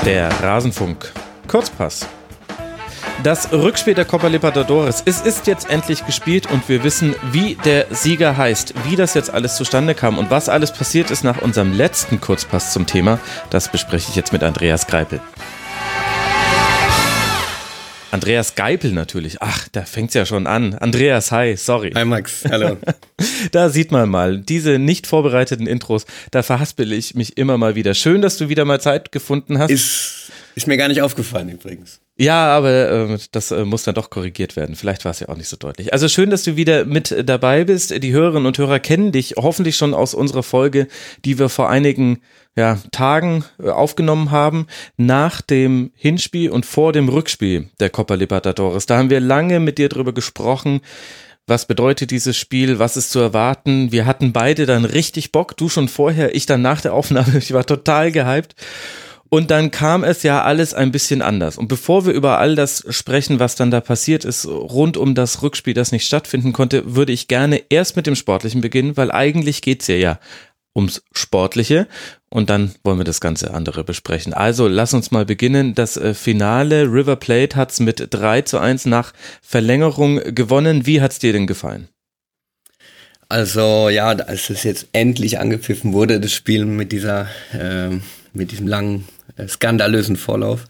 Der Rasenfunk Kurzpass. Das Rückspiel der Copa Libertadores. Es ist jetzt endlich gespielt und wir wissen, wie der Sieger heißt, wie das jetzt alles zustande kam und was alles passiert ist nach unserem letzten Kurzpass zum Thema. Das bespreche ich jetzt mit Andreas Greipel. Andreas Geipel natürlich. Ach, da fängt's ja schon an. Andreas, hi, sorry. Hi Max, hallo. Da sieht man mal, diese nicht vorbereiteten Intros, da verhaspel ich mich immer mal wieder. Schön, dass du wieder mal Zeit gefunden hast. Ist mir gar nicht aufgefallen übrigens. Ja, aber das muss dann doch korrigiert werden. Vielleicht war es ja auch nicht so deutlich. Also schön, dass du wieder mit dabei bist. Die Hörerinnen und Hörer kennen dich hoffentlich schon aus unserer Folge, die wir vor einigen Tagen aufgenommen haben, nach dem Hinspiel und vor dem Rückspiel der Copa Libertadores. Da haben wir lange mit dir drüber gesprochen. Was bedeutet dieses Spiel? Was ist zu erwarten? Wir hatten beide dann richtig Bock. Du schon vorher, ich dann nach der Aufnahme. Ich war total gehypt. Und dann kam es ja alles ein bisschen anders. Und bevor wir über all das sprechen, was dann da passiert ist, rund um das Rückspiel, das nicht stattfinden konnte, würde ich gerne erst mit dem Sportlichen beginnen, weil eigentlich geht's ja ums Sportliche. Und dann wollen wir das ganze andere besprechen. Also lass uns mal beginnen. Das Finale, River Plate hat's mit 3:1 nach Verlängerung gewonnen. Wie hat's dir denn gefallen? Also ja, als es jetzt endlich angepfiffen wurde, das Spiel mit diesem langen, skandalösen Vorlauf,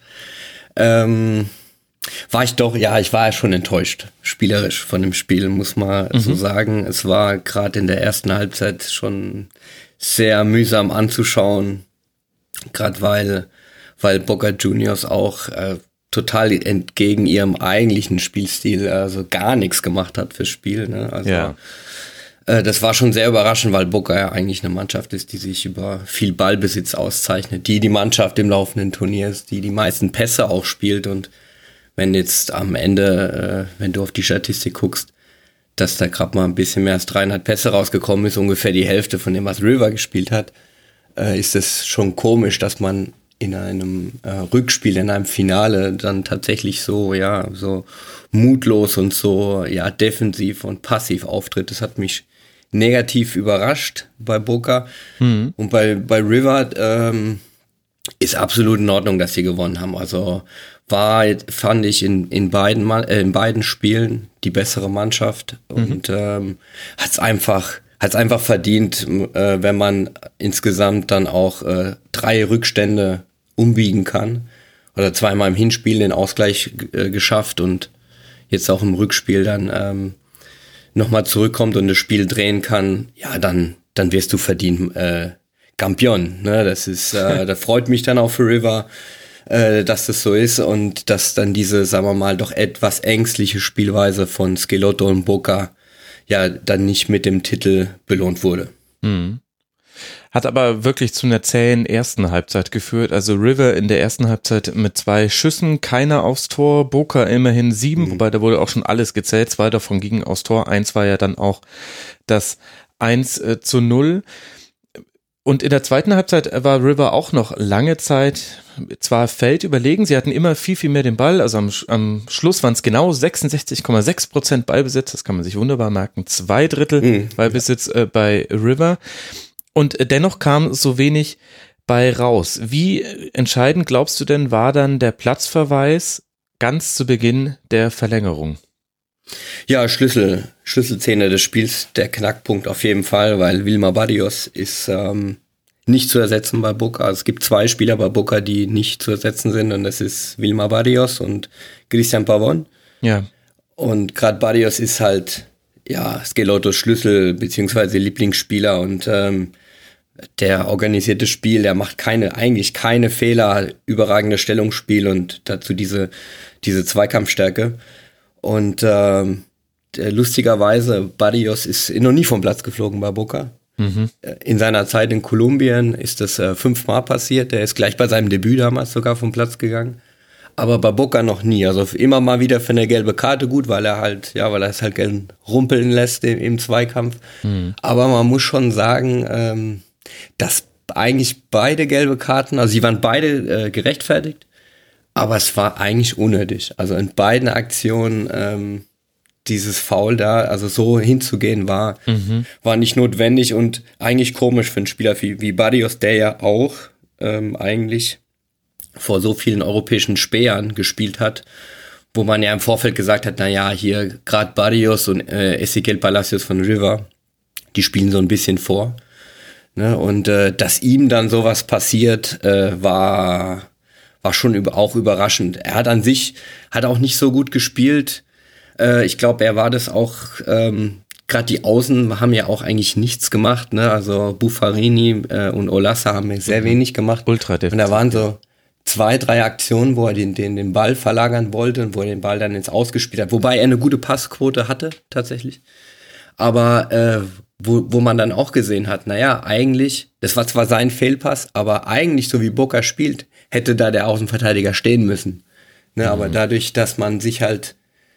war ich war schon enttäuscht, spielerisch von dem Spiel, muss man so sagen. Es war gerade in der ersten Halbzeit schon sehr mühsam anzuschauen, gerade weil Boca Juniors auch total entgegen ihrem eigentlichen Spielstil also gar nichts gemacht hat fürs Spiel, ne? Also ja. Das war schon sehr überraschend, weil Boca ja eigentlich eine Mannschaft ist, die sich über viel Ballbesitz auszeichnet, die Mannschaft im laufenden Turnier ist, die meisten Pässe auch spielt. Und wenn jetzt am Ende, wenn du auf die Statistik guckst, dass da gerade mal ein bisschen mehr als 300 Pässe rausgekommen ist, ungefähr die Hälfte von dem, was River gespielt hat, ist es schon komisch, dass man in einem Rückspiel, in einem Finale dann tatsächlich so mutlos und so defensiv und passiv auftritt. Das hat mich negativ überrascht bei Boca. Und bei River ist absolut in Ordnung, dass sie gewonnen haben. Also fand ich in beiden Spielen die bessere Mannschaft und hat's einfach verdient, wenn man insgesamt dann auch 3 Rückstände umbiegen kann. Oder zweimal im Hinspiel den Ausgleich geschafft und jetzt auch im Rückspiel dann nochmal zurückkommt und das Spiel drehen kann, ja, dann wirst du verdient Campeón. Ne? Das ist, da freut mich dann auch für River, dass das so ist und dass dann diese, sagen wir mal, doch etwas ängstliche Spielweise von Schelotto und Boca ja dann nicht mit dem Titel belohnt wurde. Hat aber wirklich zu einer zähen ersten Halbzeit geführt. Also River in der ersten Halbzeit mit 2 Schüssen, keiner aufs Tor, Boca immerhin 7, wobei da wurde auch schon alles gezählt, 2 davon gingen aufs Tor, 1 war ja dann auch das 1:0. Und in der zweiten Halbzeit war River auch noch lange Zeit zwar feldüberlegen, sie hatten immer viel, viel mehr den Ball, also am Schluss waren es genau 66,6% Ballbesitz, das kann man sich wunderbar merken, 2/3 Ballbesitz bei River. Und dennoch kam so wenig bei raus. Wie entscheidend, glaubst du denn, war dann der Platzverweis ganz zu Beginn der Verlängerung? Ja, Schlüsselszene des Spiels, der Knackpunkt auf jeden Fall, weil Wilmar Barrios ist nicht zu ersetzen bei Boca. Es gibt 2 Spieler bei Boca, die nicht zu ersetzen sind und das ist Wilmar Barrios und Cristian Pavón. Ja. Und gerade Barrios ist halt Schelottos Schlüssel bzw. Lieblingsspieler und der organisierte Spiel, der macht eigentlich keine Fehler, überragende Stellungsspiel und dazu diese Zweikampfstärke. Und lustigerweise, Barrios ist noch nie vom Platz geflogen bei Boca. In seiner Zeit in Kolumbien ist das 5-mal passiert. Der ist gleich bei seinem Debüt damals sogar vom Platz gegangen. Aber bei Boca noch nie. Also immer mal wieder für eine gelbe Karte gut, weil er es halt gern rumpeln lässt im Zweikampf. Aber man muss schon sagen, dass eigentlich beide gelbe Karten, also sie waren beide gerechtfertigt, aber es war eigentlich unnötig. Also in beiden Aktionen dieses Foul da, also so hinzugehen, war nicht notwendig und eigentlich komisch für einen Spieler wie Barrios, der ja auch eigentlich vor so vielen europäischen Spähern gespielt hat, wo man ja im Vorfeld gesagt hat, naja, hier gerade Barrios und Ezequiel Palacios von River, die spielen so ein bisschen vor. Ne? Und dass ihm dann sowas passiert, war schon auch überraschend. Er hat an sich, hat auch nicht so gut gespielt. Ich glaube, er war das auch, gerade die Außen haben ja auch eigentlich nichts gemacht. Ne? Also Buffarini und Olassa haben sehr wenig gemacht. Ultra defensiv. Und da waren so 2, 3 Aktionen, wo er den Ball verlagern wollte und wo er den Ball dann ins Ausgespielt hat. Wobei er eine gute Passquote hatte, tatsächlich. Aber wo man dann auch gesehen hat, naja, eigentlich, das war zwar sein Fehlpass, aber eigentlich, so wie Boca spielt, hätte da der Außenverteidiger stehen müssen. Ne, aber dadurch, dass man sich halt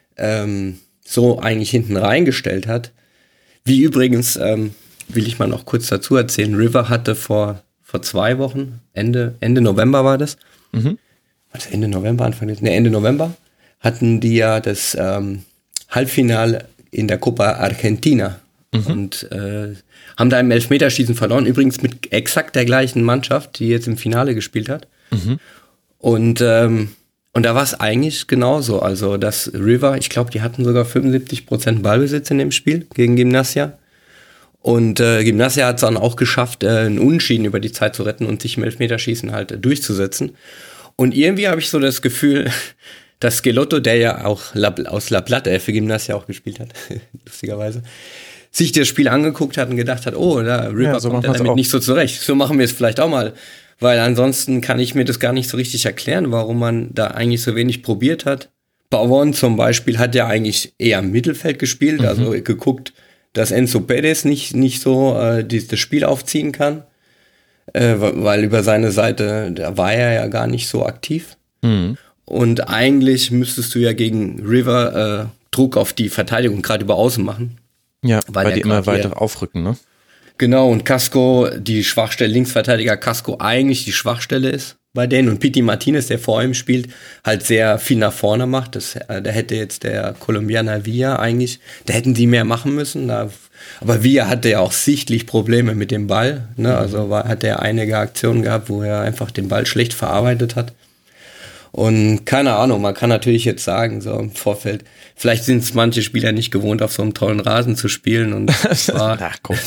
so eigentlich hinten reingestellt hat, wie übrigens, will ich mal noch kurz dazu erzählen, River hatte vor 2 Wochen, Ende November war das, was, Ende November, Ende November, hatten die ja das Halbfinale in der Copa Argentina und haben da im Elfmeterschießen verloren, übrigens mit exakt der gleichen Mannschaft, die jetzt im Finale gespielt hat. Und da war es eigentlich genauso, also das River, ich glaube, die hatten sogar 75% Ballbesitz in dem Spiel gegen Gimnasia. Und Gimnasia hat es dann auch geschafft, einen Unentschieden über die Zeit zu retten und sich im Elfmeterschießen halt durchzusetzen. Und irgendwie habe ich so das Gefühl, dass Schelotto, der ja auch aus La Plata für Gimnasia auch gespielt hat, lustigerweise, sich das Spiel angeguckt hat und gedacht hat, oh, da River so kommt damit nicht so zurecht. So machen wir es vielleicht auch mal. Weil ansonsten kann ich mir das gar nicht so richtig erklären, warum man da eigentlich so wenig probiert hat. Pavón zum Beispiel hat ja eigentlich eher im Mittelfeld gespielt, also geguckt, dass Enzo Perez nicht so das Spiel aufziehen kann, weil über seine Seite, da war er ja gar nicht so aktiv. Und eigentlich müsstest du ja gegen River Druck auf die Verteidigung gerade über Außen machen. Ja, weil die immer weiter aufrücken, ne? Genau, und Casco, die Schwachstelle, Linksverteidiger Casco eigentlich die Schwachstelle ist bei denen. Und Pity Martinez, der vor ihm spielt, halt sehr viel nach vorne macht. Da hätte jetzt der Colombianer Villa eigentlich, da hätten die mehr machen müssen. Aber Villa hatte ja auch sichtlich Probleme mit dem Ball. Ne? Also hat er einige Aktionen gehabt, wo er einfach den Ball schlecht verarbeitet hat. Und keine Ahnung, man kann natürlich jetzt sagen, so im Vorfeld, vielleicht sind es manche Spieler nicht gewohnt, auf so einem tollen Rasen zu spielen. Und es war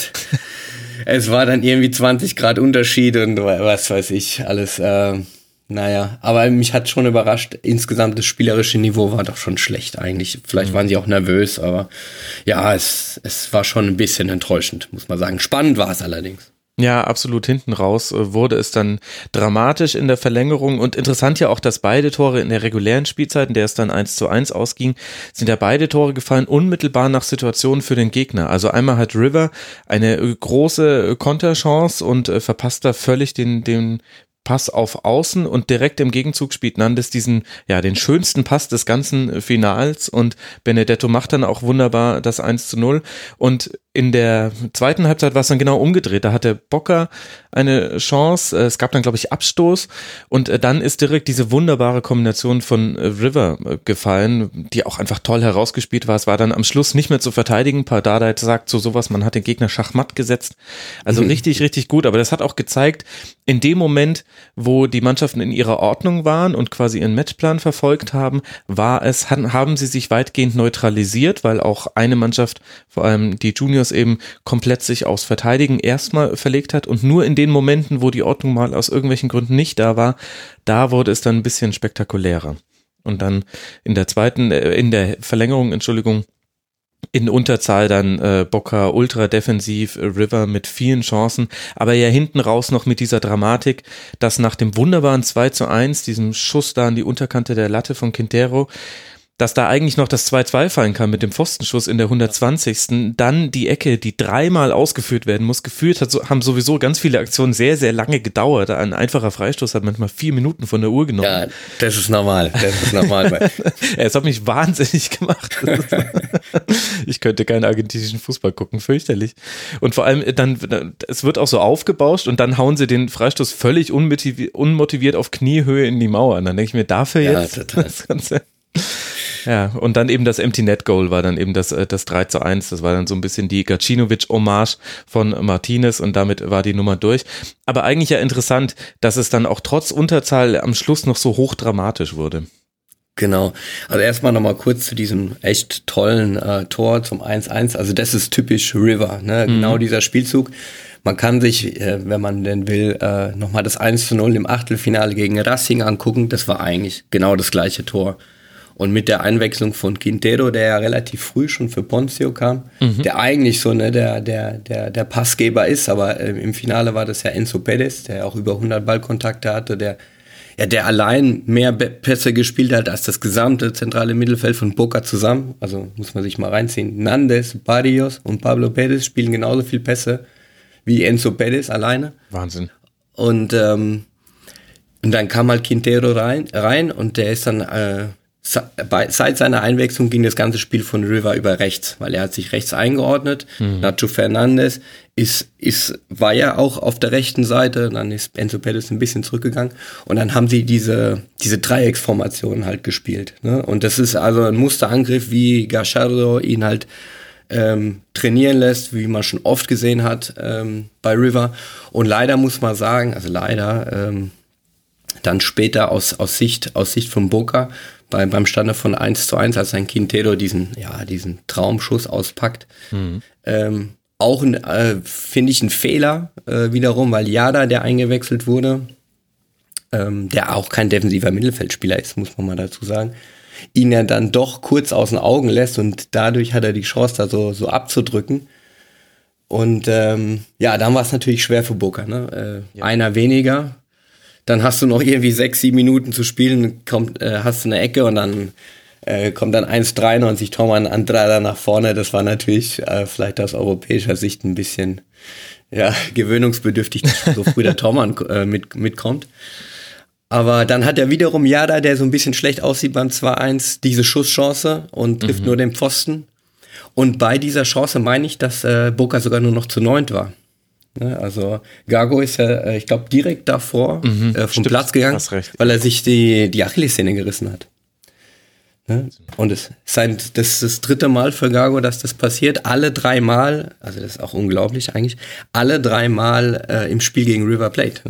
dann irgendwie 20 Grad Unterschied und was weiß ich, alles. Naja, aber mich hat schon überrascht, insgesamt das spielerische Niveau war doch schon schlecht eigentlich. Vielleicht waren sie auch nervös, aber ja, es war schon ein bisschen enttäuschend, muss man sagen. Spannend war es allerdings. Ja, absolut. Hinten raus wurde es dann dramatisch in der Verlängerung und interessant ja auch, dass beide Tore in der regulären Spielzeit, in der es dann 1:1 ausging, sind ja beide Tore gefallen unmittelbar nach Situationen für den Gegner. Also einmal hat River eine große Konterchance und verpasst da völlig den Pass auf Außen und direkt im Gegenzug spielt Nandes den schönsten Pass des ganzen Finals und Benedetto macht dann auch wunderbar das 1:0 und in der zweiten Halbzeit war es dann genau umgedreht, da hatte Boca eine Chance, es gab dann glaube ich Abstoß und dann ist direkt diese wunderbare Kombination von River gefallen, die auch einfach toll herausgespielt war, es war dann am Schluss nicht mehr zu verteidigen, Pardada sagt so sowas, man hat den Gegner schachmatt gesetzt, also richtig, richtig gut, aber das hat auch gezeigt, in dem Moment, wo die Mannschaften in ihrer Ordnung waren und quasi ihren Matchplan verfolgt haben, haben sie sich weitgehend neutralisiert, weil auch eine Mannschaft, vor allem die Juniors eben komplett sich aufs Verteidigen erstmal verlegt hat und nur in den Momenten, wo die Ordnung mal aus irgendwelchen Gründen nicht da war, da wurde es dann ein bisschen spektakulärer. Und dann in der Verlängerung, in Unterzahl dann Boca ultra defensiv, River mit vielen Chancen, aber ja hinten raus noch mit dieser Dramatik, dass nach dem wunderbaren 2:1, diesem Schuss da an die Unterkante der Latte von Quintero, dass da eigentlich noch das 2:2 fallen kann mit dem Pfostenschuss in der 120. Dann die Ecke, die 3-mal ausgeführt werden muss. Geführt haben sowieso ganz viele Aktionen sehr, sehr lange gedauert. Ein einfacher Freistoß hat manchmal 4 Minuten von der Uhr genommen. Ja, das ist normal. Es hat mich wahnsinnig gemacht. Ich könnte keinen argentinischen Fußball gucken, fürchterlich. Und vor allem dann, es wird auch so aufgebauscht und dann hauen sie den Freistoß völlig unmotiviert auf Kniehöhe in die Mauer. Und dann denke ich mir, dafür jetzt? Ja, total. Das Ganze. Ja, und dann eben das Empty Net Goal war dann eben das 3:1. Das war dann so ein bisschen die Gacinovic-Hommage von Martinez und damit war die Nummer durch. Aber eigentlich ja interessant, dass es dann auch trotz Unterzahl am Schluss noch so hochdramatisch wurde. Genau. Also erstmal nochmal kurz zu diesem echt tollen Tor zum 1:1. Also das ist typisch River, ne? Genau dieser Spielzug. Man kann sich, wenn man denn will, nochmal das 1:0 im Achtelfinale gegen Racing angucken. Das war eigentlich genau das gleiche Tor. Und mit der Einwechslung von Quintero, der ja relativ früh schon für Ponzio kam, der eigentlich so der Passgeber ist, aber im Finale war das ja Enzo Perez, der auch über 100 Ballkontakte hatte, der allein mehr Pässe gespielt hat als das gesamte zentrale Mittelfeld von Boca zusammen. Also muss man sich mal reinziehen. Nandes, Barrios und Pablo Perez spielen genauso viel Pässe wie Enzo Perez alleine. Wahnsinn. Und dann kam halt Quintero rein und der ist dann seit seiner Einwechslung ging das ganze Spiel von River über rechts, weil er hat sich rechts eingeordnet. Nacho Fernandes war ja auch auf der rechten Seite, dann ist Enzo Perez ein bisschen zurückgegangen und dann haben sie diese Dreiecksformation halt gespielt. Ne? Und das ist also ein Musterangriff, wie Gallardo ihn halt trainieren lässt, wie man schon oft gesehen hat bei River. Und leider muss man sagen, dann später aus Sicht von Boca, beim Stande von 1:1, als ein Quintero diesen Traumschuss auspackt. Auch finde ich ein Fehler wiederum, weil Jada, der eingewechselt wurde, der auch kein defensiver Mittelfeldspieler ist, muss man mal dazu sagen, ihn ja dann doch kurz aus den Augen lässt und dadurch hat er die Chance, da so abzudrücken. Und dann war es natürlich schwer für Boca, ne? Einer weniger. Dann hast du noch irgendwie 6-7 Minuten zu spielen, hast du eine Ecke und dann kommt dann 1:93 Tormann Andrada nach vorne. Das war natürlich vielleicht aus europäischer Sicht ein bisschen gewöhnungsbedürftig, dass so früh der Tormann mitkommt. Aber dann hat er wiederum Jada, der so ein bisschen schlecht aussieht beim 2:1, diese Schusschance und trifft nur den Pfosten. Und bei dieser Chance meine ich, dass Boca sogar nur noch zu 9 war. Also Gago ist ja, ich glaube, direkt davor vom Platz gegangen, weil er sich die Achillessehne gerissen hat. Und das ist das 3. Mal für Gago, dass das passiert. Alle 3 Mal, also das ist auch unglaublich eigentlich, alle 3 Mal im Spiel gegen River Plate.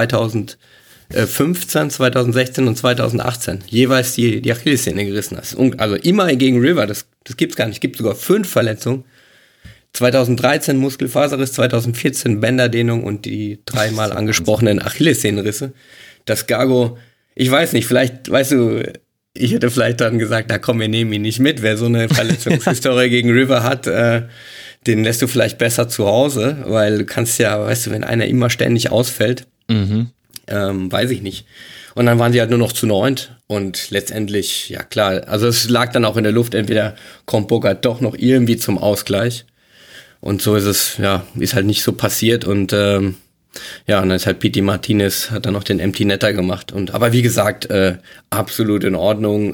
2015, 2016 und 2018. Jeweils die Achillessehne gerissen hat. Also immer gegen River, das gibt's gar nicht. Es gibt sogar 5 Verletzungen. 2013 Muskelfaserriss, 2014 Bänderdehnung und die 3-mal angesprochenen Achillessehnenrisse. Das Gago, ich weiß nicht, vielleicht, weißt du, ich hätte vielleicht dann gesagt, na komm, wir nehmen ihn nicht mit. Wer so eine Verletzungshistorie gegen River hat, den lässt du vielleicht besser zu Hause, weil du kannst ja, weißt du, wenn einer immer ständig ausfällt, weiß ich nicht. Und dann waren sie halt nur noch zu 9 und letztendlich, ja klar, also es lag dann auch in der Luft, entweder kommt Boca doch noch irgendwie zum Ausgleich. Und so ist es, ist halt nicht so passiert und und dann ist halt Pity Martinez, hat dann noch den Empty Netter gemacht aber wie gesagt, absolut in Ordnung,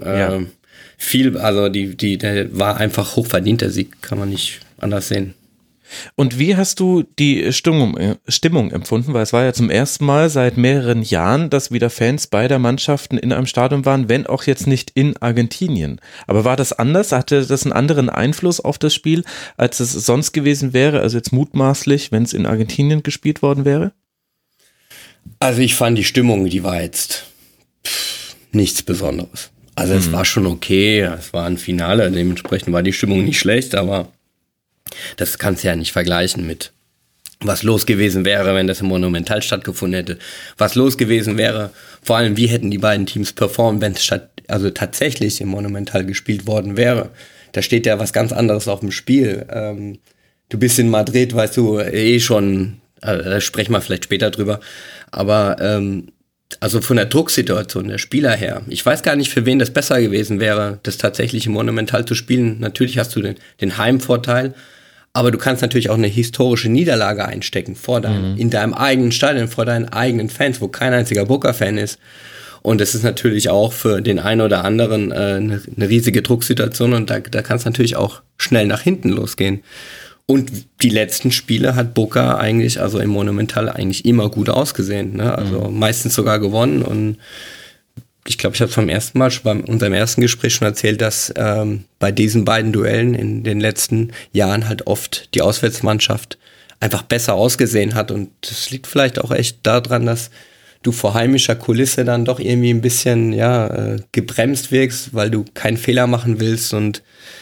der war einfach hochverdient, der Sieg, kann man nicht anders sehen. Und wie hast du die Stimmung empfunden? Weil es war ja zum ersten Mal seit mehreren Jahren, dass wieder Fans beider Mannschaften in einem Stadion waren, wenn auch jetzt nicht in Argentinien. Aber war das anders? Hatte das einen anderen Einfluss auf das Spiel, als es sonst gewesen wäre? Also jetzt mutmaßlich, wenn es in Argentinien gespielt worden wäre? Also ich fand die Stimmung, die war jetzt nichts Besonderes. Also es war schon okay, es war ein Finale, dementsprechend war die Stimmung nicht schlecht, aber das kannst du ja nicht vergleichen mit was los gewesen wäre, wenn das im Monumental stattgefunden hätte. Was los gewesen wäre, vor allem wie hätten die beiden Teams performt, wenn es tatsächlich im Monumental gespielt worden wäre. Da steht ja was ganz anderes auf dem Spiel. Du bist in Madrid, weißt du, schon, da sprechen wir vielleicht später drüber, aber also von der Drucksituation der Spieler her, ich weiß gar nicht, für wen das besser gewesen wäre, das tatsächlich im Monumental zu spielen. Natürlich hast du den Heimvorteil, aber du kannst natürlich auch eine historische Niederlage einstecken in deinem eigenen Stadion, vor deinen eigenen Fans, wo kein einziger Boca-Fan ist. Und das ist natürlich auch für den einen oder anderen eine riesige Drucksituation und da kann es natürlich auch schnell nach hinten losgehen. Und die letzten Spiele hat Boca eigentlich, also im Monumental, eigentlich immer gut ausgesehen. Ne? Also meistens sogar gewonnen und ich glaube, ich habe es beim ersten Mal, bei unserem ersten Gespräch schon erzählt, dass bei diesen beiden Duellen in den letzten Jahren halt oft die Auswärtsmannschaft einfach besser ausgesehen hat. Und das liegt vielleicht auch echt daran, dass du vor heimischer Kulisse dann doch irgendwie ein bisschen gebremst wirkst, weil du keinen Fehler machen willst. Und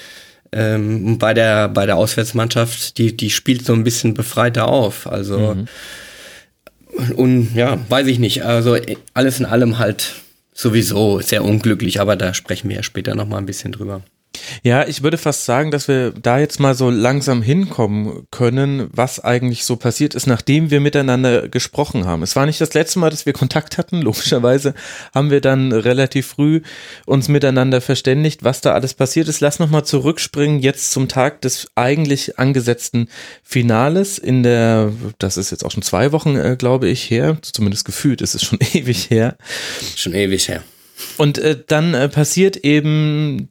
bei der Auswärtsmannschaft, die spielt so ein bisschen befreiter auf. Also und ja, weiß ich nicht. Also alles in allem halt sowieso sehr unglücklich, aber da sprechen wir ja später nochmal ein bisschen drüber. Ja, ich würde fast sagen, dass wir da jetzt mal so langsam hinkommen können, was eigentlich so passiert ist, nachdem wir miteinander gesprochen haben. Es war nicht das letzte Mal, dass wir Kontakt hatten. Logischerweise haben wir dann relativ früh uns miteinander verständigt, was da alles passiert ist. Lass nochmal zurückspringen jetzt zum Tag des eigentlich angesetzten Finales das ist jetzt auch schon 2 Wochen, glaube ich, her. Zumindest gefühlt ist es schon ewig her. Schon ewig her. Und dann passiert eben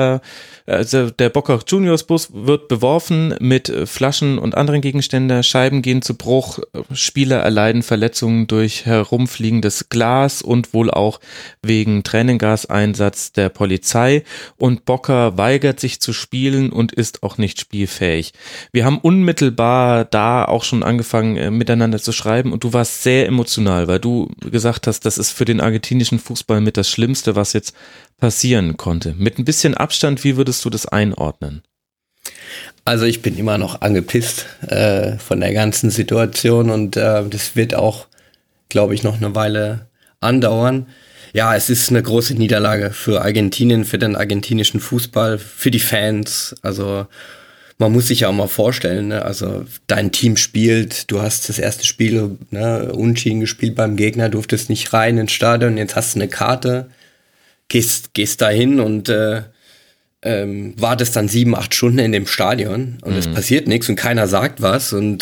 der Boca Juniors Bus wird beworfen mit Flaschen und anderen Gegenständen, Scheiben gehen zu Bruch, Spieler erleiden Verletzungen durch herumfliegendes Glas und wohl auch wegen Tränengaseinsatz der Polizei, und Boca weigert sich zu spielen und ist auch nicht spielfähig. Wir haben unmittelbar da auch schon angefangen miteinander zu schreiben, und du warst sehr emotional, weil du gesagt hast, das ist für den argentinischen Fußball mit das Schlimmste, was jetzt passieren konnte. Mit ein bisschen Abstand, wie würdest du das einordnen? Also ich bin immer noch angepisst von der ganzen Situation, und das wird auch, glaube ich, noch eine Weile andauern. Ja, es ist eine große Niederlage für Argentinien, für den argentinischen Fußball, für die Fans. Also man muss sich ja auch mal vorstellen, ne? Also dein Team spielt, du hast das erste Spiel unentschieden gespielt beim Gegner, durftest nicht rein ins Stadion, jetzt hast du eine Karte, gehst da hin und wartest dann 7-8 Stunden in dem Stadion und es passiert nichts und keiner sagt was, und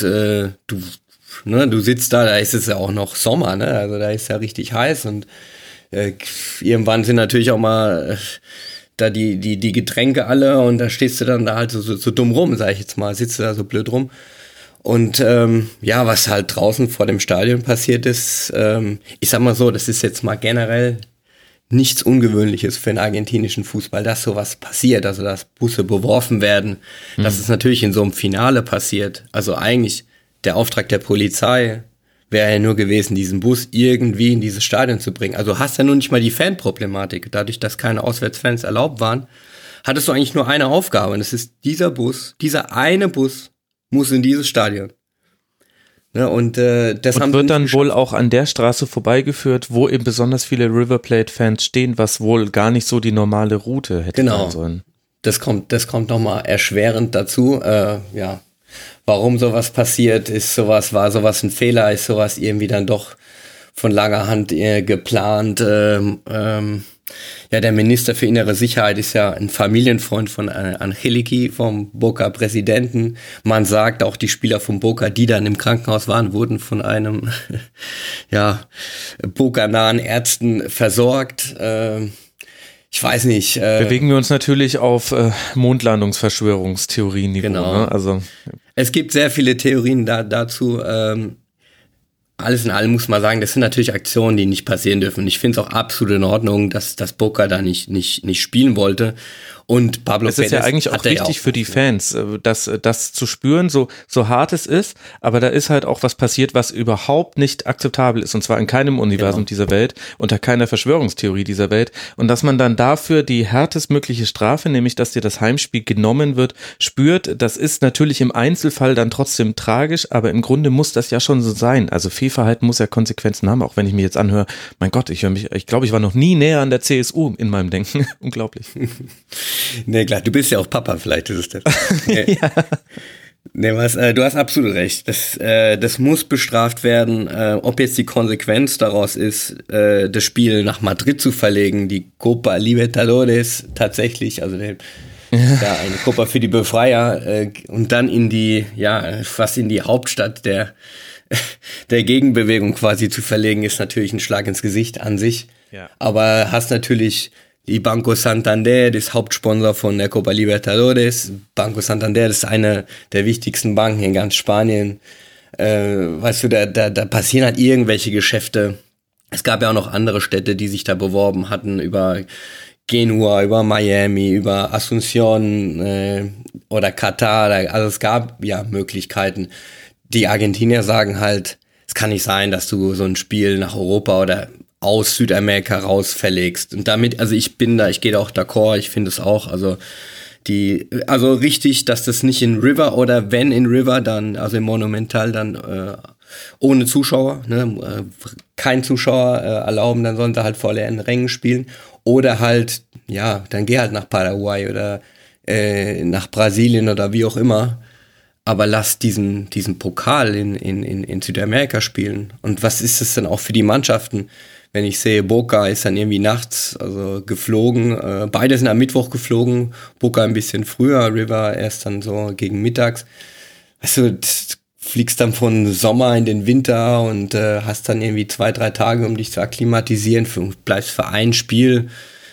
du sitzt da ist es ja auch noch Sommer, ne? Also da ist ja richtig heiß, und irgendwann sind natürlich auch mal da die Getränke alle, und da stehst du dann da halt so dumm rum, sag ich jetzt mal, sitzt du da so blöd rum. Und was halt draußen vor dem Stadion passiert ist, ich sag mal so, das ist jetzt mal generell nichts Ungewöhnliches für den argentinischen Fußball, dass sowas passiert, also dass Busse beworfen werden, dass es natürlich in so einem Finale passiert. Also eigentlich der Auftrag der Polizei wäre ja nur gewesen, diesen Bus irgendwie in dieses Stadion zu bringen. Also hast ja nur nicht mal die Fanproblematik. Dadurch, dass keine Auswärtsfans erlaubt waren, hattest du eigentlich nur eine Aufgabe, und das ist dieser eine Bus muss in dieses Stadion. Ne, und das und wird dann wohl auch an der Straße vorbeigeführt, wo eben besonders viele River Plate-Fans stehen, was wohl gar nicht so die normale Route hätte sein sollen. Das kommt nochmal erschwerend dazu. Warum sowas passiert, war sowas ein Fehler, ist sowas irgendwie dann doch von langer Hand geplant. Der Minister für innere Sicherheit ist ja ein Familienfreund von Angeliki, vom Boca-Präsidenten. Man sagt, auch die Spieler von Boca, die dann im Krankenhaus waren, wurden von einem Boca-nahen Ärzten versorgt. Ich weiß nicht. Bewegen wir uns natürlich auf Mondlandungsverschwörungstheorien-Niveau. Genau. Ne? Also es gibt sehr viele Theorien dazu. Alles in allem muss man sagen, das sind natürlich Aktionen, die nicht passieren dürfen. Und ich finde es auch absolut in Ordnung, dass Boca da nicht spielen wollte. Und Pablo Pérez, es ist ja eigentlich auch wichtig für die Fans, das zu spüren, so hart es ist, aber da ist halt auch was passiert, was überhaupt nicht akzeptabel ist, und zwar in keinem Universum dieser Welt, unter keiner Verschwörungstheorie dieser Welt, und dass man dann dafür die härtestmögliche Strafe, nämlich dass dir das Heimspiel genommen wird, spürt. Das ist natürlich im Einzelfall dann trotzdem tragisch, aber im Grunde muss das ja schon so sein. Also Fehlverhalten muss ja Konsequenzen haben, auch wenn ich mir jetzt anhöre, mein Gott, ich glaube, ich war noch nie näher an der CSU in meinem Denken. Unglaublich. Nee, klar, du bist ja auch Papa, vielleicht ist es das. Nee. Ja. Nee, du hast absolut recht. Das muss bestraft werden. Ob jetzt die Konsequenz daraus ist, das Spiel nach Madrid zu verlegen, die Copa Libertadores tatsächlich, also eine Copa für die Befreier, und dann fast in die Hauptstadt der Gegenbewegung quasi zu verlegen, ist natürlich ein Schlag ins Gesicht an sich. Ja. Aber hast natürlich die Banco Santander, das Hauptsponsor von der Copa Libertadores. Banco Santander, das ist eine der wichtigsten Banken in ganz Spanien. Weißt du, da passieren halt irgendwelche Geschäfte. Es gab ja auch noch andere Städte, die sich da beworben hatten, über Genua, über Miami, über Asunción oder Katar. Also es gab ja Möglichkeiten. Die Argentinier sagen halt, es kann nicht sein, dass du so ein Spiel nach Europa oder aus Südamerika raus verlegst. Und damit, also ich gehe da auch d'accord, ich finde es auch, also richtig, dass das nicht in River oder wenn in River, dann, also im Monumental, dann ohne Zuschauer, ne, kein Zuschauer erlauben, dann sollen sie halt vor leeren Rängen spielen. Oder halt, ja, dann geh halt nach Paraguay oder nach Brasilien oder wie auch immer. Aber lass diesen Pokal in Südamerika spielen. Und was ist es denn auch für die Mannschaften? Wenn ich sehe, Boca ist dann irgendwie nachts geflogen. Beide sind am Mittwoch geflogen. Boca ein bisschen früher, River erst dann so gegen mittags. Weißt du, fliegst dann von Sommer in den Winter und hast dann irgendwie 2-3 Tage, um dich zu akklimatisieren. Bleibst für ein Spiel.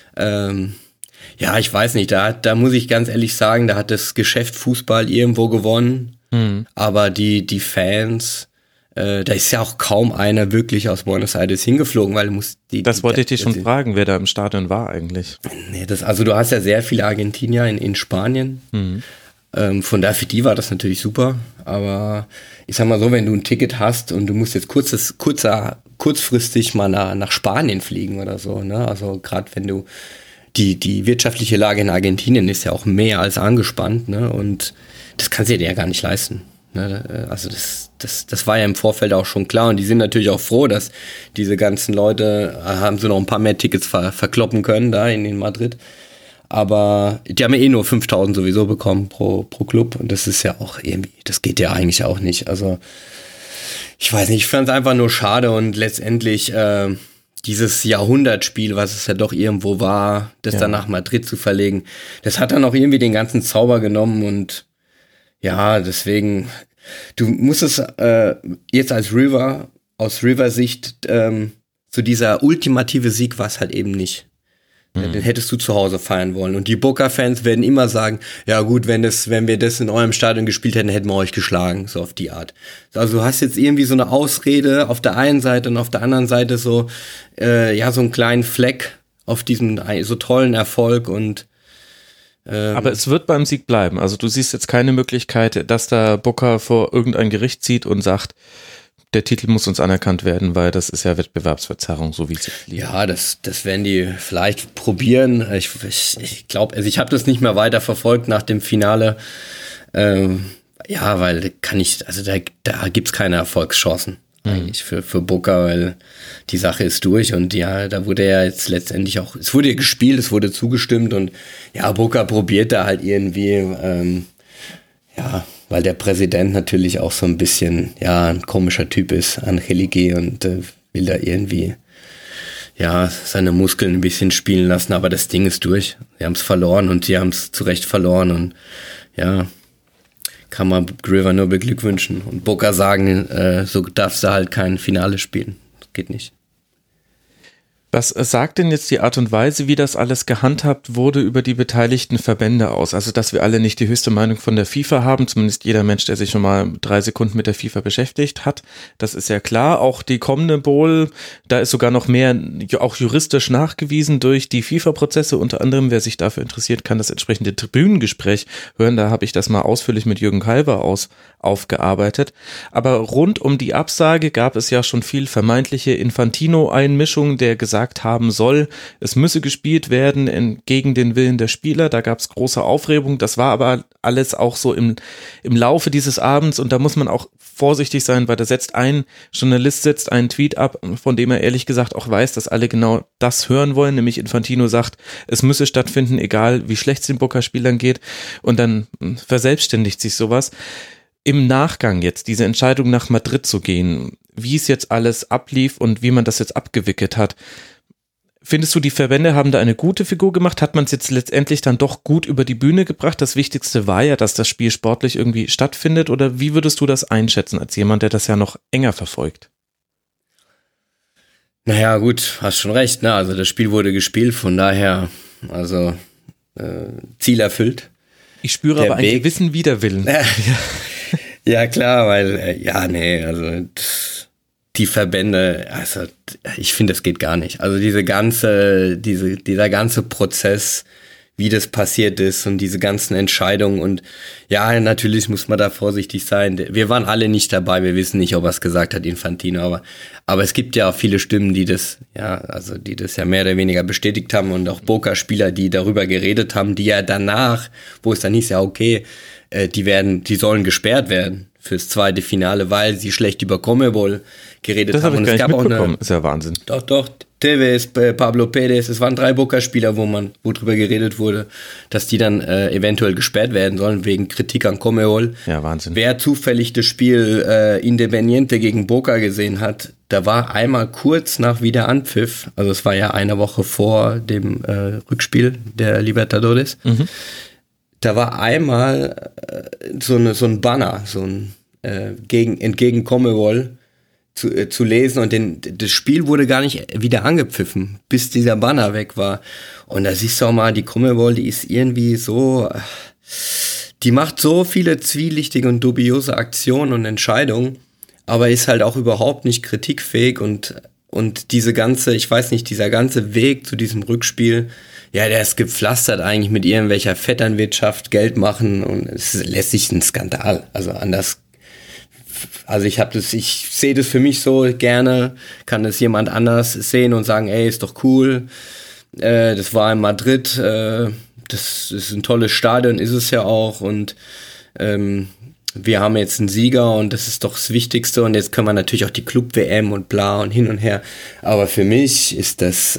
Ja, ich weiß nicht, da muss ich ganz ehrlich sagen, da hat das Geschäft Fußball irgendwo gewonnen, aber die Fans, da ist ja auch kaum einer wirklich aus Buenos Aires hingeflogen, weil das wollte ich dich schon fragen, wer da im Stadion war eigentlich. Nee, also du hast ja sehr viele Argentinier in Spanien, von daher für die war das natürlich super, aber ich sag mal so, wenn du ein Ticket hast und du musst jetzt kurzfristig mal nach Spanien fliegen oder so, ne, also gerade wenn du die wirtschaftliche Lage in Argentinien ist ja auch mehr als angespannt, ne? Und das kannst du dir ja gar nicht leisten. Ne? Also das war ja im Vorfeld auch schon klar und die sind natürlich auch froh, dass diese ganzen Leute haben so noch ein paar mehr Tickets verkloppen können da in Madrid. Aber die haben ja nur 5.000 sowieso bekommen pro Club und das ist ja auch irgendwie, das geht ja eigentlich auch nicht. Also ich weiß nicht, ich fand es einfach nur schade und letztendlich dieses Jahrhundertspiel, was es ja doch irgendwo war, das dann nach Madrid zu verlegen, das hat dann auch irgendwie den ganzen Zauber genommen und ja, deswegen, du musst es jetzt aus River-Sicht, so dieser ultimative Sieg war es halt eben nicht. Den hättest du zu Hause feiern wollen. Und die Boca-Fans werden immer sagen, ja gut, wenn wir das in eurem Stadion gespielt hätten, hätten wir euch geschlagen, so auf die Art. Also du hast jetzt irgendwie so eine Ausrede auf der einen Seite und auf der anderen Seite so, so einen kleinen Fleck auf diesem so tollen Erfolg und aber es wird beim Sieg bleiben. Also du siehst jetzt keine Möglichkeit, dass da Boca vor irgendein Gericht zieht und sagt, der Titel muss uns anerkannt werden, weil das ist ja Wettbewerbsverzerrung, so wie es jetzt liegt. Ja, das werden die vielleicht probieren. Ich glaube, also ich habe das nicht mehr weiter verfolgt nach dem Finale. Ja, weil da gibt's keine Erfolgschancen eigentlich für Boca, weil die Sache ist durch und ja, da wurde ja jetzt letztendlich auch, es wurde gespielt, es wurde zugestimmt und ja, Boca probiert da halt irgendwie, ja, weil der Präsident natürlich auch so ein bisschen, ja, ein komischer Typ ist, Angelique, und will da irgendwie, ja, seine Muskeln ein bisschen spielen lassen, aber das Ding ist durch. Sie haben es verloren und sie haben es zu Recht verloren und ja, kann man River nur beglückwünschen und Boca sagen, so darfst du halt kein Finale spielen. Das geht nicht. Was sagt denn jetzt die Art und Weise, wie das alles gehandhabt wurde, über die beteiligten Verbände aus? Also, dass wir alle nicht die höchste Meinung von der FIFA haben, zumindest jeder Mensch, der sich schon mal 3 Sekunden mit der FIFA beschäftigt hat, das ist ja klar. Auch die kommende Bowl, da ist sogar noch mehr, auch juristisch nachgewiesen durch die FIFA-Prozesse. Unter anderem, wer sich dafür interessiert, kann das entsprechende Tribünengespräch hören. Da habe ich das mal ausführlich mit Jürgen Kalver aufgearbeitet. Aber rund um die Absage gab es ja schon viel vermeintliche Infantino-Einmischung, der gesagt haben soll, es müsse gespielt werden gegen den Willen der Spieler. Da gab es große Aufregung. Das war aber alles auch so im Laufe dieses Abends und da muss man auch vorsichtig sein, weil ein Journalist setzt einen Tweet ab, von dem er ehrlich gesagt auch weiß, dass alle genau das hören wollen, nämlich Infantino sagt, es müsse stattfinden, egal wie schlecht es den Boca-Spielern geht und dann verselbstständigt sich sowas. Im Nachgang jetzt, diese Entscheidung nach Madrid zu gehen, wie es jetzt alles ablief und wie man das jetzt abgewickelt hat, findest du, die Verbände haben da eine gute Figur gemacht? Hat man es jetzt letztendlich dann doch gut über die Bühne gebracht? Das Wichtigste war ja, dass das Spiel sportlich irgendwie stattfindet. Oder wie würdest du das einschätzen als jemand, der das ja noch enger verfolgt? Naja, gut, hast schon recht. Ne? Also das Spiel wurde gespielt, von daher, also Ziel erfüllt. Ich spüre aber einen gewissen Widerwillen. Ja, klar, weil, also die Verbände, also ich finde, das geht gar nicht. Also dieser ganze Prozess, wie das passiert ist und diese ganzen Entscheidungen und ja, natürlich muss man da vorsichtig sein. Wir waren alle nicht dabei, wir wissen nicht, ob er es gesagt hat, Infantino, aber es gibt ja auch viele Stimmen, die das ja mehr oder weniger bestätigt haben und auch Boca-Spieler, die darüber geredet haben, die ja danach, wo es dann hieß, ja okay, die sollen gesperrt werden fürs zweite Finale, weil sie schlecht über CONMEBOL geredet haben. Das habe ich und gar es nicht gab mitbekommen. auch ist ja Wahnsinn. Doch, Tevez, Pablo Perez, es waren 3 Boca-Spieler, wo drüber geredet wurde, dass die dann eventuell gesperrt werden sollen wegen Kritik an CONMEBOL. Ja, Wahnsinn. Wer zufällig das Spiel Independiente gegen Boca gesehen hat, da war einmal kurz nach Wiederanpfiff, also es war ja eine Woche vor dem Rückspiel der Libertadores, da war einmal so ein Banner, entgegen CONMEBOL zu lesen und das Spiel wurde gar nicht wieder angepfiffen, bis dieser Banner weg war. Und da siehst du auch mal, die CONMEBOL, die ist irgendwie so, die macht so viele zwielichtige und dubiose Aktionen und Entscheidungen, aber ist halt auch überhaupt nicht kritikfähig und dieser ganze Weg zu diesem Rückspiel, ja, der ist gepflastert eigentlich mit irgendwelcher Vetternwirtschaft, Geld machen und es lässt sich ein Skandal. Also anders. Also ich sehe das für mich so gerne, kann das jemand anders sehen und sagen, ey, ist doch cool. Das war in Madrid, das ist ein tolles Stadion, ist es ja auch und wir haben jetzt einen Sieger und das ist doch das Wichtigste und jetzt können wir natürlich auch die Club-WM und bla und hin und her. Aber für mich ist das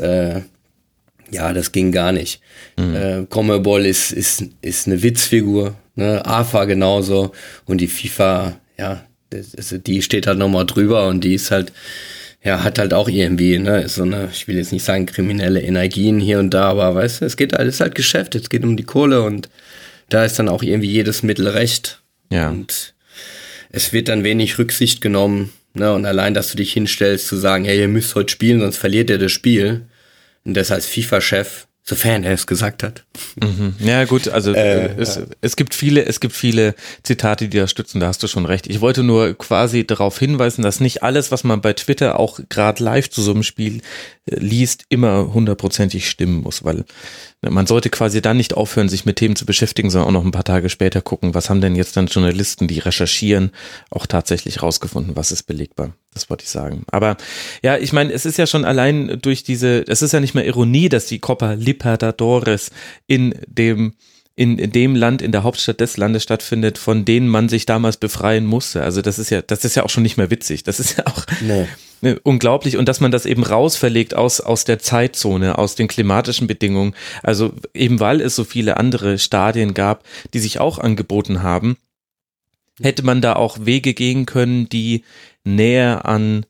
das ging gar nicht. CONMEBOL ist eine Witzfigur, ne? AFA genauso und die FIFA, ja, die steht halt nochmal drüber und die ist halt, ja, hat halt auch irgendwie, ne, so eine, ich will jetzt nicht sagen kriminelle Energien hier und da, aber weißt du, es ist halt Geschäft, es geht um die Kohle und da ist dann auch irgendwie jedes Mittel recht. Ja. Und es wird dann wenig Rücksicht genommen, ne, und allein, dass du dich hinstellst, zu sagen, hey, ihr müsst heute spielen, sonst verliert ihr das Spiel. Und das als FIFA-Chef, sofern er es gesagt hat. Ja gut, also es gibt viele Zitate, die das stützen, da hast du schon recht. Ich wollte nur quasi darauf hinweisen, dass nicht alles, was man bei Twitter auch gerade live zu so einem Spiel liest, immer 100%ig stimmen muss, weil man sollte quasi dann nicht aufhören, sich mit Themen zu beschäftigen, sondern auch noch ein paar Tage später gucken, was haben denn jetzt dann Journalisten, die recherchieren, auch tatsächlich rausgefunden, was ist belegbar. Das wollte ich sagen. Aber ja, ich meine, es ist ja schon allein durch es ist ja nicht mehr Ironie, dass die Copa Libertadores in dem Land, in der Hauptstadt des Landes stattfindet, von denen man sich damals befreien musste. Also das ist ja auch schon nicht mehr witzig. Das ist ja auch unglaublich. Und dass man das eben rausverlegt aus der Zeitzone, aus den klimatischen Bedingungen. Also eben weil es so viele andere Stadien gab, die sich auch angeboten haben, hätte man da auch Wege gehen können, die näher an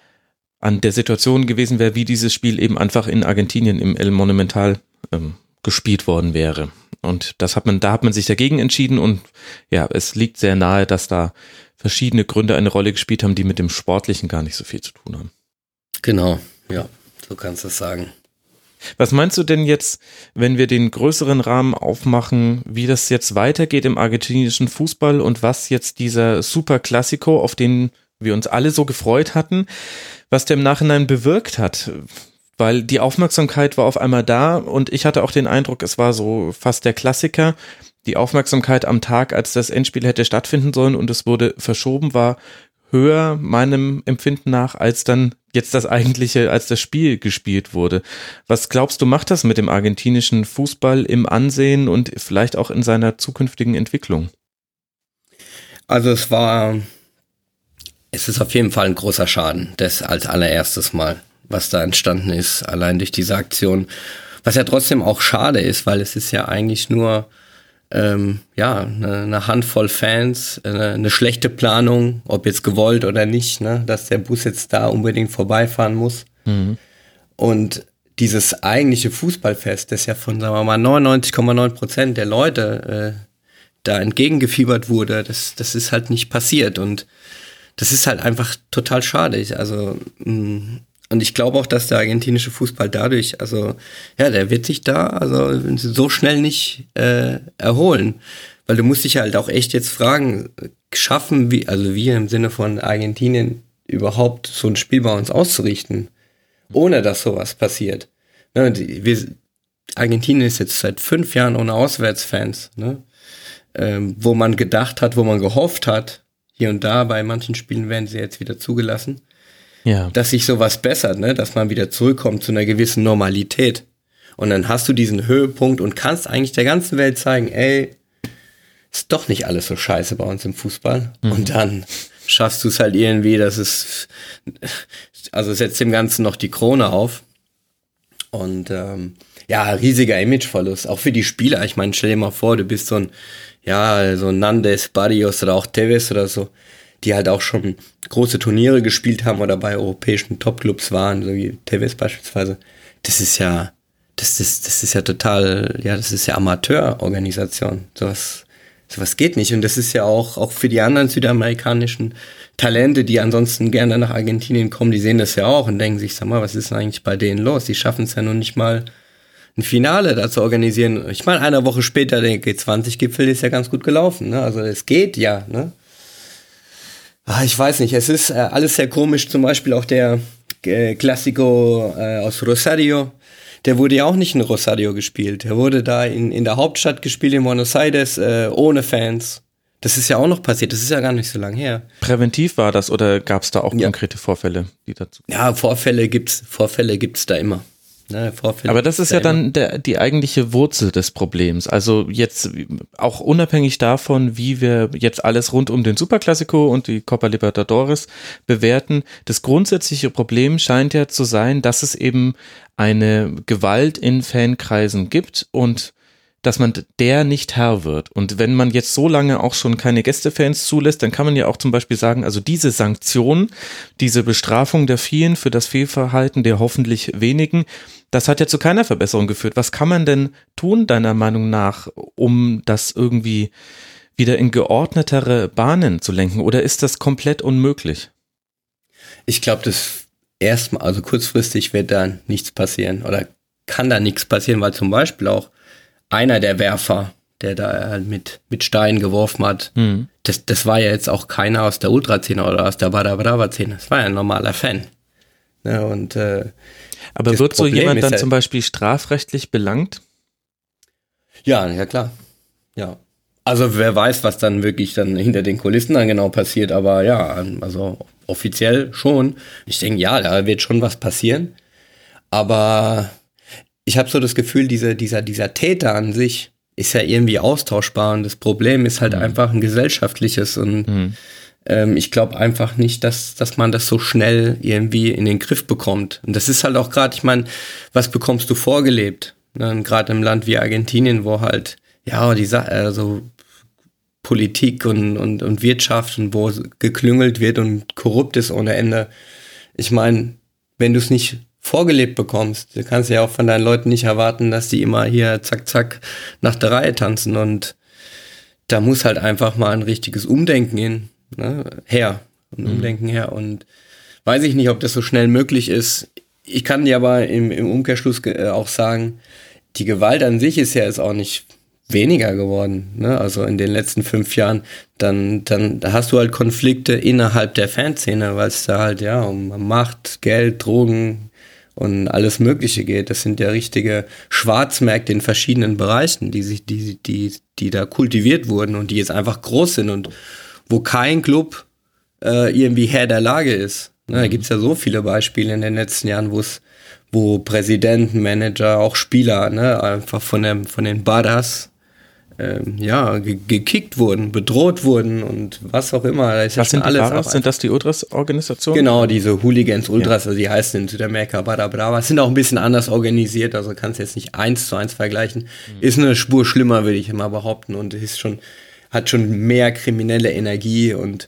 der Situation gewesen wäre, wie dieses Spiel eben einfach in Argentinien im El Monumental gespielt worden wäre. Und da hat man sich dagegen entschieden und ja, es liegt sehr nahe, dass da verschiedene Gründe eine Rolle gespielt haben, die mit dem Sportlichen gar nicht so viel zu tun haben. Genau, ja, so kannst du es sagen. Was meinst du denn jetzt, wenn wir den größeren Rahmen aufmachen, wie das jetzt weitergeht im argentinischen Fußball und was jetzt dieser Super Clásico, auf den wir uns alle so gefreut hatten, was der im Nachhinein bewirkt hat? Weil die Aufmerksamkeit war auf einmal da und ich hatte auch den Eindruck, es war so fast der Klassiker. Die Aufmerksamkeit am Tag, als das Endspiel hätte stattfinden sollen und es wurde verschoben, war höher meinem Empfinden nach, als dann jetzt als das Spiel gespielt wurde. Was glaubst du, macht das mit dem argentinischen Fußball im Ansehen und vielleicht auch in seiner zukünftigen Entwicklung? Also es ist auf jeden Fall ein großer Schaden, das als allererstes Mal, was da entstanden ist, allein durch diese Aktion. Was ja trotzdem auch schade ist, weil es ist ja eigentlich nur eine Handvoll Fans, eine schlechte Planung, ob jetzt gewollt oder nicht, ne, dass der Bus jetzt da unbedingt vorbeifahren muss. Mhm. Und dieses eigentliche Fußballfest, das ja von, sagen wir mal, 99,9% der Leute da entgegengefiebert wurde, das ist halt nicht passiert und das ist halt einfach total schade. Also und ich glaube auch, dass der argentinische Fußball dadurch, also ja, der wird sich da so schnell nicht erholen. Weil du musst dich halt auch echt jetzt fragen, wir im Sinne von Argentinien, überhaupt so ein Spiel bei uns auszurichten, ohne dass sowas passiert. Ne, Argentinien ist jetzt seit 5 Jahren ohne Auswärtsfans, ne? Wo man gedacht hat, wo man gehofft hat, hier und da bei manchen Spielen werden sie jetzt wieder zugelassen, dass sich sowas bessert, ne? Dass man wieder zurückkommt zu einer gewissen Normalität. Und dann hast du diesen Höhepunkt und kannst eigentlich der ganzen Welt zeigen, ey, ist doch nicht alles so scheiße bei uns im Fußball. Und dann schaffst du es halt irgendwie, also setzt dem Ganzen noch die Krone auf. Und riesiger Imageverlust, auch für die Spieler. Ich meine, stell dir mal vor, du bist so ein Nandes, Barrios oder auch Tevez oder so, die halt auch schon große Turniere gespielt haben oder bei europäischen Topclubs waren, so wie Tevez beispielsweise. Das ist ja total, das ist ja Amateurorganisation. Sowas geht nicht. Und das ist ja auch für die anderen südamerikanischen Talente, die ansonsten gerne nach Argentinien kommen, die sehen das ja auch und denken sich, sag mal, was ist denn eigentlich bei denen los? Die schaffen es ja noch nicht mal, ein Finale da zu organisieren. Ich meine, eine Woche später, der G20-Gipfel ist ja ganz gut gelaufen, ne? Also es geht ja, ne? Ich weiß nicht, es ist alles sehr komisch. Zum Beispiel auch der Clásico aus Rosario, der wurde ja auch nicht in Rosario gespielt. Der wurde da in der Hauptstadt gespielt, in Buenos Aires, ohne Fans. Das ist ja auch noch passiert, das ist ja gar nicht so lange her. Präventiv war das oder gab es da auch konkrete Vorfälle, die dazu? Ja, Vorfälle gibt's da immer. Ne, aber das ist ja dann die eigentliche Wurzel des Problems. Also jetzt auch unabhängig davon, wie wir jetzt alles rund um den Superclásico und die Copa Libertadores bewerten, das grundsätzliche Problem scheint ja zu sein, dass es eben eine Gewalt in Fankreisen gibt und dass man der nicht Herr wird. Und wenn man jetzt so lange auch schon keine Gästefans zulässt, dann kann man ja auch zum Beispiel sagen, also diese Sanktion, diese Bestrafung der vielen für das Fehlverhalten der hoffentlich wenigen, das hat ja zu keiner Verbesserung geführt. Was kann man denn tun, deiner Meinung nach, um das irgendwie wieder in geordnetere Bahnen zu lenken? Oder ist das komplett unmöglich? Ich glaube, das erstmal, also kurzfristig wird da nichts passieren oder kann da nichts passieren, weil zum Beispiel auch einer der Werfer, der da halt mit Steinen geworfen hat, das war ja jetzt auch keiner aus der Ultra-Szene oder aus der Bada Brava-Szene. Das war ja ein normaler Fan. Ja, und aber wird so jemand dann zum Beispiel strafrechtlich belangt? Ja, klar. Ja. Also wer weiß, was dann wirklich dann hinter den Kulissen dann genau passiert, aber ja, also offiziell schon. Ich denke, ja, da wird schon was passieren. Aber ich habe so das Gefühl, dieser Täter an sich ist ja irgendwie austauschbar und das Problem ist halt einfach ein gesellschaftliches und ich glaube einfach nicht, dass man das so schnell irgendwie in den Griff bekommt. Und das ist halt auch gerade, ich meine, was bekommst du vorgelebt? Ne? Gerade im Land wie Argentinien, wo halt, ja, so Politik und Wirtschaft und wo geklüngelt wird und korrupt ist ohne Ende. Ich meine, wenn du es nicht vorgelebt bekommst, du kannst ja auch von deinen Leuten nicht erwarten, dass die immer hier zack, zack nach der Reihe tanzen und da muss halt einfach mal ein richtiges Umdenken Umdenken her und weiß ich nicht, ob das so schnell möglich ist. Ich kann dir aber im Umkehrschluss auch sagen, die Gewalt an sich ist ja jetzt auch nicht weniger geworden, ne? Also in den letzten 5 Jahren, dann hast du halt Konflikte innerhalb der Fanszene, weil es da halt um Macht, Geld, Drogen und alles Mögliche geht. Das sind ja richtige Schwarzmärkte in verschiedenen Bereichen, die da kultiviert wurden und die jetzt einfach groß sind und wo kein Club irgendwie Herr der Lage ist. Ne, da gibt's ja so viele Beispiele in den letzten Jahren, wo Präsidenten, Manager, auch Spieler, ne, einfach von den Barras gekickt wurden, bedroht wurden und was auch immer. Da ist was sind die Barras? Sind das die Ultras-Organisationen? Genau, diese Hooligans, Ultras, also die heißen in Südamerika Bada Brava, sind auch ein bisschen anders organisiert, also kannst jetzt nicht 1:1 vergleichen. Ist eine Spur schlimmer, würde ich immer behaupten und hat schon mehr kriminelle Energie und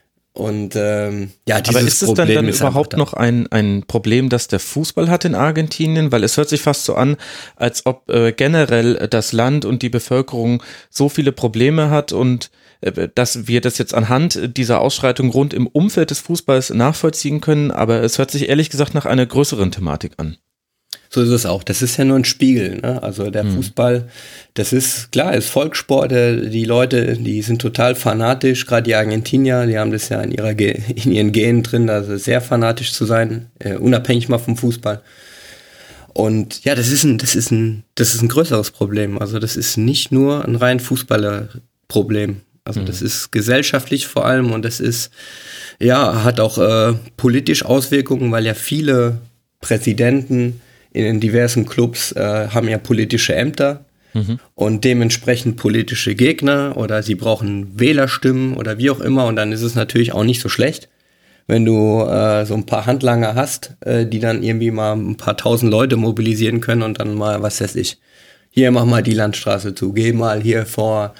dieses aber ist es dann überhaupt noch ein Problem, das der Fußball hat in Argentinien? Weil es hört sich fast so an, als ob generell das Land und die Bevölkerung so viele Probleme hat und dass wir das jetzt anhand dieser Ausschreitung rund im Umfeld des Fußballs nachvollziehen können. Aber es hört sich ehrlich gesagt nach einer größeren Thematik an. So ist es auch. Das ist ja nur ein Spiegel, ne? Also der Fußball, das ist, klar, ist Volkssport. Die Leute, die sind total fanatisch, gerade die Argentinier, die haben das ja in ihren Genen drin, also sehr fanatisch zu sein, unabhängig mal vom Fußball. Und ja, das ist ein größeres Problem. Also das ist nicht nur ein rein Fußballerproblem. Also das ist gesellschaftlich vor allem und das ist, ja, hat auch politisch Auswirkungen, weil ja viele Präsidenten in den diversen Clubs haben ja politische Ämter und dementsprechend politische Gegner oder sie brauchen Wählerstimmen oder wie auch immer und dann ist es natürlich auch nicht so schlecht, wenn du so ein paar Handlanger hast, die dann irgendwie mal ein paar tausend Leute mobilisieren können und dann mal, was weiß ich, hier mach mal die Landstraße zu, geh mal hier vor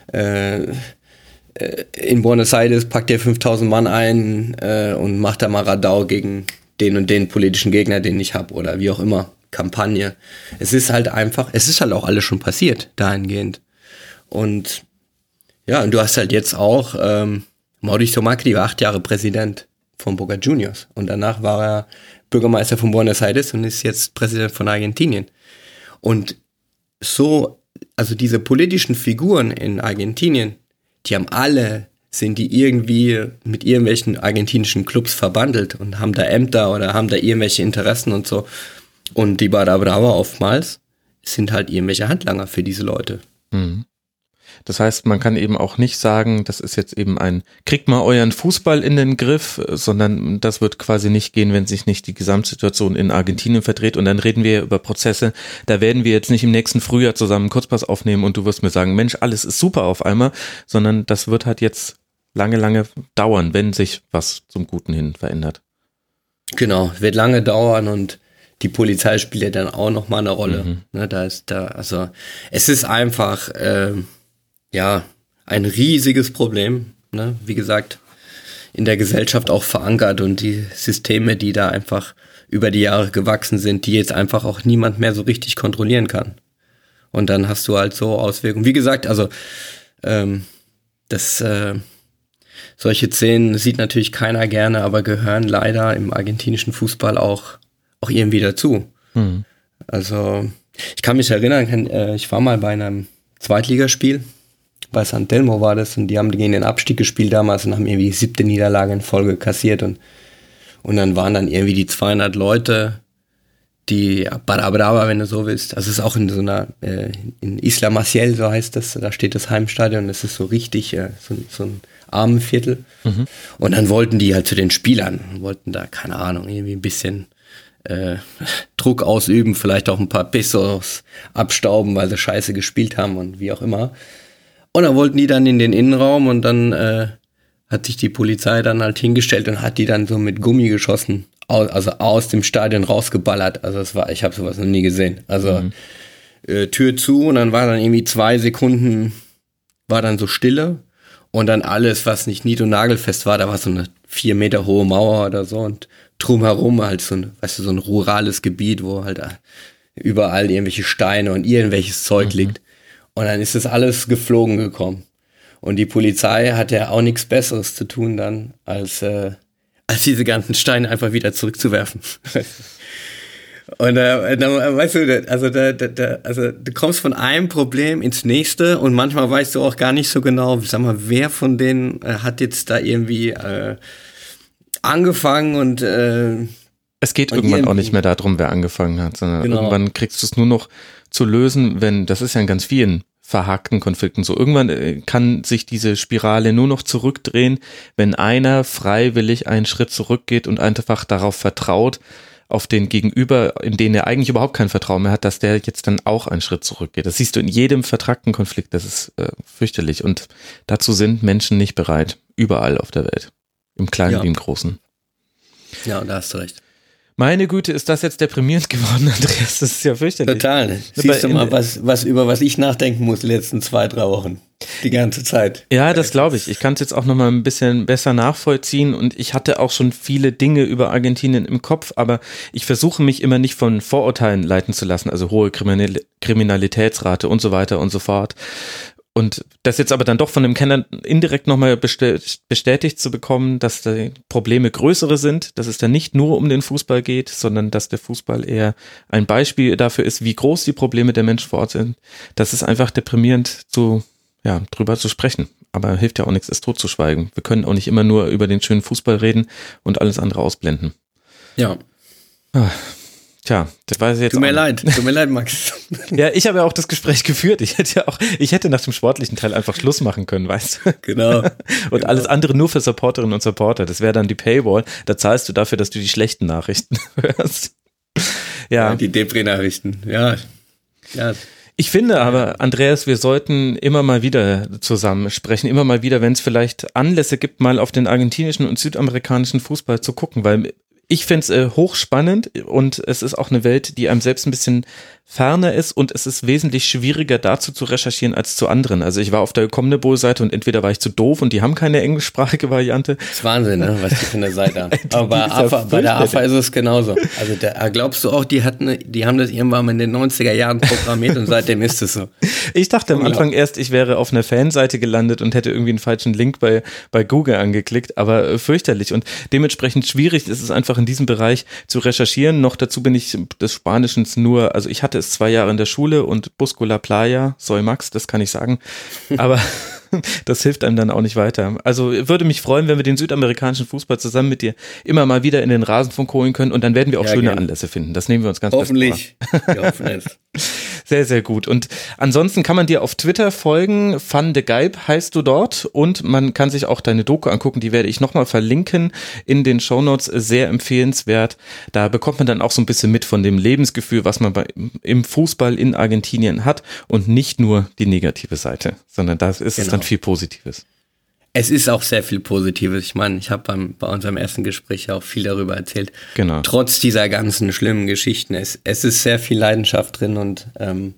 in Buenos Aires, packt dir 5000 Mann ein und macht da mal Radau gegen den und den politischen Gegner, den ich habe oder wie auch immer, Kampagne. Es ist halt auch alles schon passiert, dahingehend. Und ja, und du hast halt jetzt auch Mauricio Macri war 8 Jahre Präsident von Boca Juniors und danach war er Bürgermeister von Buenos Aires und ist jetzt Präsident von Argentinien. Und so, also diese politischen Figuren in Argentinien, sind die irgendwie mit irgendwelchen argentinischen Clubs verbandelt und haben da Ämter oder haben da irgendwelche Interessen und so. Und die Barra Brava oftmals sind halt irgendwelche Handlanger für diese Leute. Das heißt, man kann eben auch nicht sagen, das ist jetzt eben kriegt mal euren Fußball in den Griff, sondern das wird quasi nicht gehen, wenn sich nicht die Gesamtsituation in Argentinien verdreht. Und dann reden wir über Prozesse, da werden wir jetzt nicht im nächsten Frühjahr zusammen einen Kurzpass aufnehmen und du wirst mir sagen, Mensch, alles ist super auf einmal, sondern das wird halt jetzt lange dauern, wenn sich was zum Guten hin verändert. Genau, wird lange dauern und die Polizei spielt ja dann auch nochmal eine Rolle. Ne, also es ist einfach ein riesiges Problem, ne? Wie gesagt, in der Gesellschaft auch verankert und die Systeme, die da einfach über die Jahre gewachsen sind, die jetzt einfach auch niemand mehr so richtig kontrollieren kann. Und dann hast du halt so Auswirkungen. Wie gesagt, also solche Szenen sieht natürlich keiner gerne, aber gehören leider im argentinischen Fußball auch irgendwie dazu. Also ich kann mich erinnern, ich war mal bei einem Zweitligaspiel, bei San Telmo war das, und die haben gegen den Abstieg gespielt damals und haben irgendwie 7. Niederlage in Folge kassiert und dann waren dann irgendwie die 200 Leute, die Barra Brava, wenn du so willst, also es ist auch in so einer, in Isla Maciel, so heißt das, da steht das Heimstadion, das ist so richtig, so ein Armenviertel. Und dann wollten die halt zu den Spielern, wollten da, keine Ahnung, irgendwie ein bisschen Druck ausüben, vielleicht auch ein paar Pesos abstauben, weil sie scheiße gespielt haben und wie auch immer. Und dann wollten die dann in den Innenraum und dann hat sich die Polizei dann halt hingestellt und hat die dann so mit Gummigeschossen aus dem Stadion rausgeballert. Also ich habe sowas noch nie gesehen. Also Tür zu und dann war dann irgendwie 2 Sekunden war dann so Stille und dann alles, was nicht nied- und nagelfest war, da war so eine 4 Meter hohe Mauer oder so und drumherum halt so ein rurales Gebiet, wo halt überall irgendwelche Steine und irgendwelches Zeug liegt. Und dann ist das alles geflogen gekommen. Und die Polizei hat ja auch nichts Besseres zu tun dann, als diese ganzen Steine einfach wieder zurückzuwerfen. Und dann, weißt du, also du kommst von einem Problem ins nächste und manchmal weißt du auch gar nicht so genau, sag mal, wer von denen hat jetzt da irgendwie angefangen und es geht irgendwann auch nicht mehr darum, wer angefangen hat, sondern irgendwann kriegst du es nur noch zu lösen, das ist ja in ganz vielen verhackten Konflikten so. Irgendwann kann sich diese Spirale nur noch zurückdrehen, wenn einer freiwillig einen Schritt zurückgeht und einfach darauf vertraut, auf den Gegenüber, in den er eigentlich überhaupt kein Vertrauen mehr hat, dass der jetzt dann auch einen Schritt zurückgeht. Das siehst du in jedem vertrackten Konflikt, das ist fürchterlich und dazu sind Menschen nicht bereit, überall auf der Welt, im Kleinen wie im Großen. Ja, da hast du recht. Meine Güte, ist das jetzt deprimierend geworden, Andreas? Das ist ja fürchterlich. Total. Siehst du mal, über was ich nachdenken muss die letzten 2-3 Wochen. Die ganze Zeit. Ja, das glaube ich. Ich kann es jetzt auch noch mal ein bisschen besser nachvollziehen und ich hatte auch schon viele Dinge über Argentinien im Kopf, aber ich versuche mich immer nicht von Vorurteilen leiten zu lassen, also hohe Kriminalitätsrate und so weiter und so fort. Und das jetzt aber dann doch von dem Kenner indirekt nochmal bestätigt zu bekommen, dass die Probleme größere sind, dass es dann nicht nur um den Fußball geht, sondern dass der Fußball eher ein Beispiel dafür ist, wie groß die Probleme der Menschen vor Ort sind. Das ist einfach deprimierend drüber zu sprechen. Aber hilft ja auch nichts, es totzuschweigen. Wir können auch nicht immer nur über den schönen Fußball reden und alles andere ausblenden. Ja. Tja, das weiß ich jetzt. Tut mir leid, Max. Ja, ich habe ja auch das Gespräch geführt. Ich hätte nach dem sportlichen Teil einfach Schluss machen können, weißt du? Genau. Und alles andere nur für Supporterinnen und Supporter. Das wäre dann die Paywall. Da zahlst du dafür, dass du die schlechten Nachrichten hörst. Ja. Die Depri-Nachrichten, ja. Ich finde aber, Andreas, wir sollten immer mal wieder zusammen sprechen, immer mal wieder, wenn es vielleicht Anlässe gibt, mal auf den argentinischen und südamerikanischen Fußball zu gucken, weil ich finde es hochspannend und es ist auch eine Welt, die einem selbst ein bisschen ferner ist und es ist wesentlich schwieriger dazu zu recherchieren als zu anderen. Also ich war auf der Comnebol-Seite und entweder war ich zu doof und die haben keine englischsprachige Variante. Das ist Wahnsinn, ne, was die von der Seite haben. Aber bei der AFA ist es genauso. Also glaubst du auch, die haben das irgendwann mal in den 90er Jahren programmiert und seitdem ist es so. Ich dachte am Anfang erst, ich wäre auf einer Fanseite gelandet und hätte irgendwie einen falschen Link bei Google angeklickt, aber fürchterlich und dementsprechend schwierig ist es einfach in diesem Bereich zu recherchieren. Noch dazu bin ich des Spanischen nur, also ich hatte es 2 Jahre in der Schule und Busco la Playa, soy Max, das kann ich sagen, aber das hilft einem dann auch nicht weiter. Also würde mich freuen, wenn wir den südamerikanischen Fußball zusammen mit dir immer mal wieder in den Rasenfunk holen können und dann werden wir auch schöne Anlässe finden. Das nehmen wir uns ganz hoffentlich. Wir hoffen es. Sehr, sehr gut. Und ansonsten kann man dir auf Twitter folgen. Van de Geib heißt du dort und man kann sich auch deine Doku angucken. Die werde ich nochmal verlinken in den Shownotes. Sehr empfehlenswert. Da bekommt man dann auch so ein bisschen mit von dem Lebensgefühl, was man im Fußball in Argentinien hat und nicht nur die negative Seite, sondern da ist es dann viel Positives. Es ist auch sehr viel Positives. Ich meine, ich habe bei unserem ersten Gespräch auch viel darüber erzählt. Genau. Trotz dieser ganzen schlimmen Geschichten, es ist sehr viel Leidenschaft drin und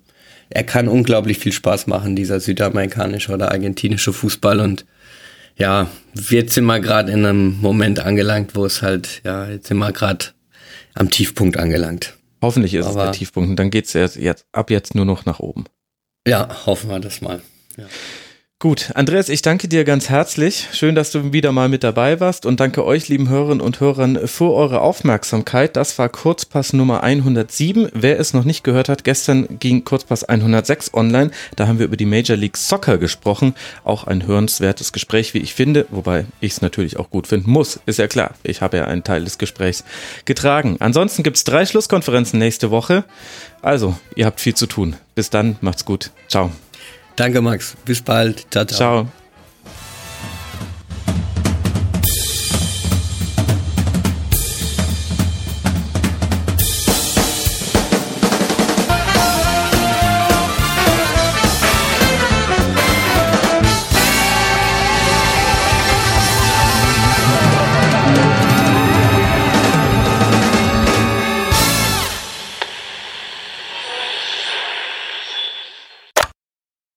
er kann unglaublich viel Spaß machen, dieser südamerikanische oder argentinische Fußball. Und ja, jetzt sind wir gerade in einem Moment angelangt, wo es halt, jetzt sind wir gerade am Tiefpunkt angelangt. Hoffentlich ist es der Tiefpunkt und dann geht es ab jetzt nur noch nach oben. Ja, hoffen wir das mal. Ja. Gut, Andreas, ich danke dir ganz herzlich. Schön, dass du wieder mal mit dabei warst und danke euch, lieben Hörerinnen und Hörern, für eure Aufmerksamkeit. Das war Kurzpass Nummer 107. Wer es noch nicht gehört hat, gestern ging Kurzpass 106 online. Da haben wir über die Major League Soccer gesprochen. Auch ein hörenswertes Gespräch, wie ich finde, wobei ich es natürlich auch gut finden muss. Ist ja klar, ich habe ja einen Teil des Gesprächs getragen. Ansonsten gibt es 3 Schlusskonferenzen nächste Woche. Also, ihr habt viel zu tun. Bis dann, macht's gut. Ciao. Danke, Max. Bis bald. Ciao, ciao. Ciao.